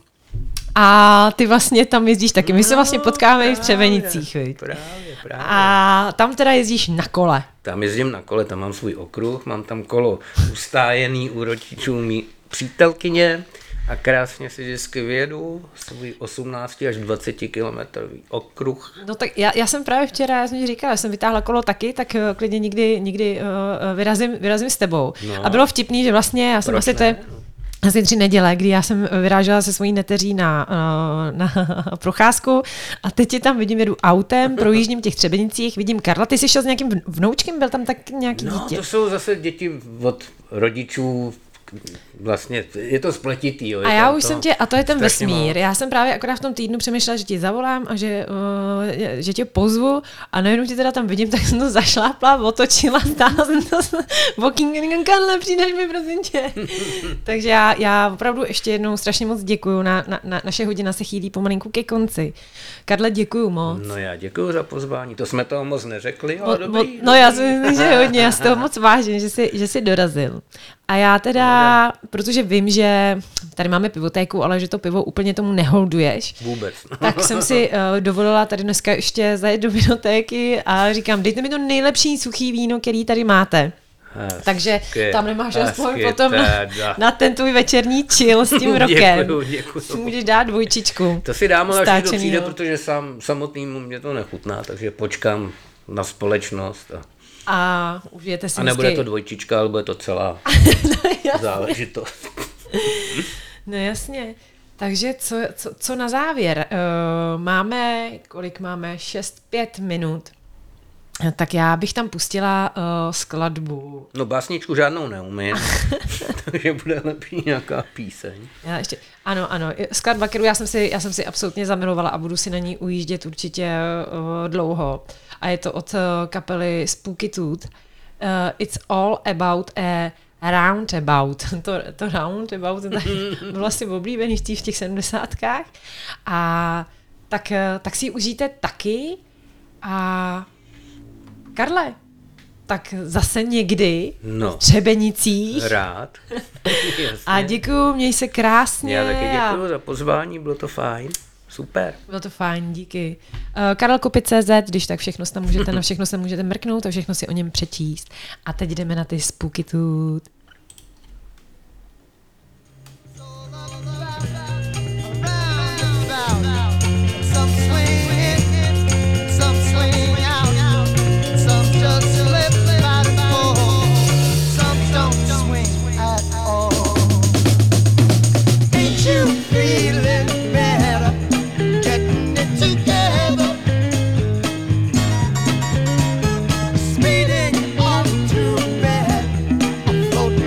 B: a ty vlastně tam jezdíš taky. My se vlastně potkáme i v Třebenicích.
C: Právě.
B: A tam teda jezdíš na kole.
C: Tam jezdím na kole, tam mám svůj okruh, mám tam kolo ustájený u rodičů mý přítelkyně a krásně si vždycky vyjedu svůj 18 až 20 kilometrový okruh.
B: No tak já jsem právě včera, já jsem ti říkala, že jsem vytáhla kolo taky, tak klidně někdy vyrazím s tebou. No. A bylo vtipný, že vlastně já jsem asi to je asi 3 neděle, kdy já jsem vyrážela se svojí neteří na procházku a teď je tam vidím, jedu autem, projíždím těch Třebenicích, vidím Karla, ty jsi šel s nějakým vnoučkem, byl tam tak nějaký dítě?
C: No to jsou zase děti od rodičů, vlastně je to spletitý. Jo,
B: a já už jsem tě, a to je ten vesmír, já jsem právě akorát v tom týdnu přemýšlela, že ti zavolám a že tě pozvu a najednou tě teda tam vidím, tak jsem to zašlápla, otočila, stála jsem to walking, Karle, přijdeš mi, prosím tě. Takže já opravdu ještě jednou strašně moc děkuju, naše hodina se chýlí pomalinku ke konci. Karle, děkuju moc.
C: No já děkuju za pozvání, to jsme toho moc neřekli, ale dobrý.
B: No já si myslím, že hodně, já si toho moc vážím, že jsi dorazil. A já teda, protože vím, že tady máme pivotéku, ale že to pivo úplně tomu neholduješ.
C: Vůbec.
B: Tak jsem si dovolila tady dneska ještě zajet do vinotéky a říkám, dejte mi to nejlepší suchý víno, který tady máte. Takže tam nemáš aspoň potom na ten tvůj večerní chill s tím rokem.
C: Děkuju.
B: Můžeš dát 2.
C: To si dám, ale až to přijde, protože samotnýmu mě to nechutná, takže počkám na společnost.
B: A užijete si
C: a nebude to 2, ale bude to celá záležitost.
B: No jasně. Takže co na závěr? Kolik máme? 6-5 minut. Tak já bych tam pustila skladbu.
C: No básničku žádnou neumím, takže bude lepší nějaká píseň.
B: Já ještě, ano, skladba, kterou já jsem si absolutně zamilovala a budu si na ní ujíždět určitě dlouho. A je to od kapely Spooky Tooth. It's all about a roundabout. To roundabout bylo asi oblíbený v těch 70kách. A tak si ji užijte taky. A Karle, tak zase někdy v Třebenicích.
C: Rád.
B: A děkuju, měj se krásně.
C: Já taky děkuju za pozvání, bylo to fajn. Super.
B: Bylo to fajn, díky. Karelkopic.cz, když tak na všechno se můžete mrknout a všechno si o něm přečíst. A teď jdeme na ty Spooky Tooth.
A: Floating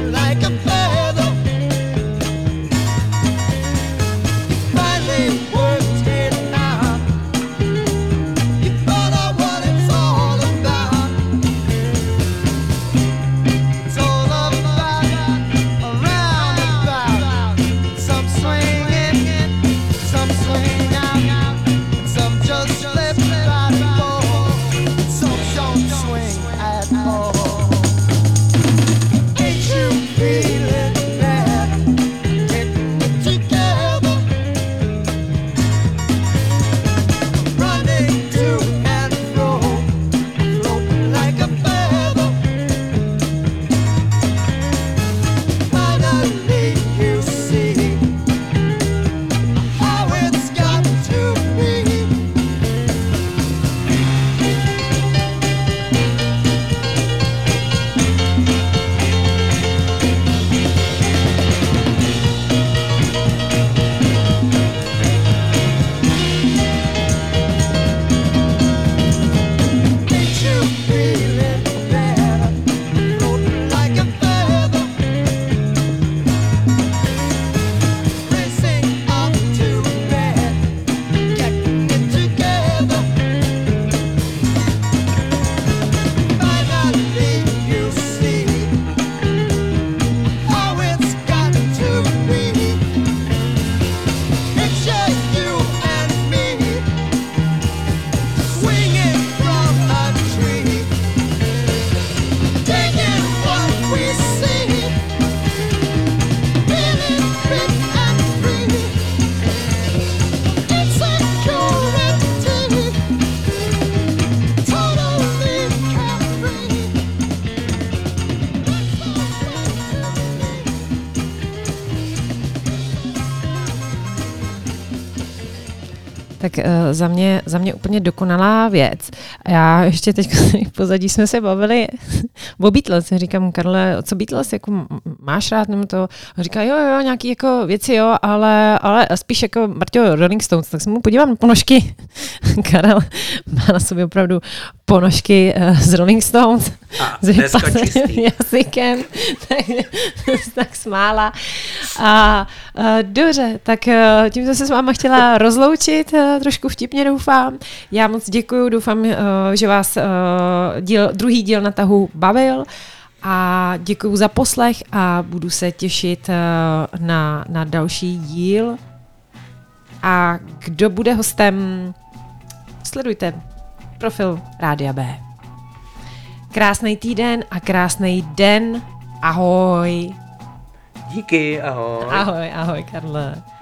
B: Tak za mě úplně dokonalá věc. A já ještě teď v pozadí jsme se bavili o Beatles. Říkám, Karle, co Beatles, jako máš rád, nebo to? A říká, jo, nějaký jako věci, jo, ale spíš jako Marťo Rolling Stones, tak se mu podívám na ponožky. Karel má na sobě opravdu ponožky z Rolling Stones. S vypaseným jazykem. Tak smála. A dobře, tak tím jsem se s váma chtěla rozloučit, trošku vtipně doufám. Já moc děkuju, doufám, že vás druhý díl na tahu bavil a děkuju za poslech a budu se těšit na další díl. A kdo bude hostem, sledujte profil Rádia B. Krásný týden a krásný den. Ahoj.
C: Díky, ahoj.
B: Ahoj, Karle.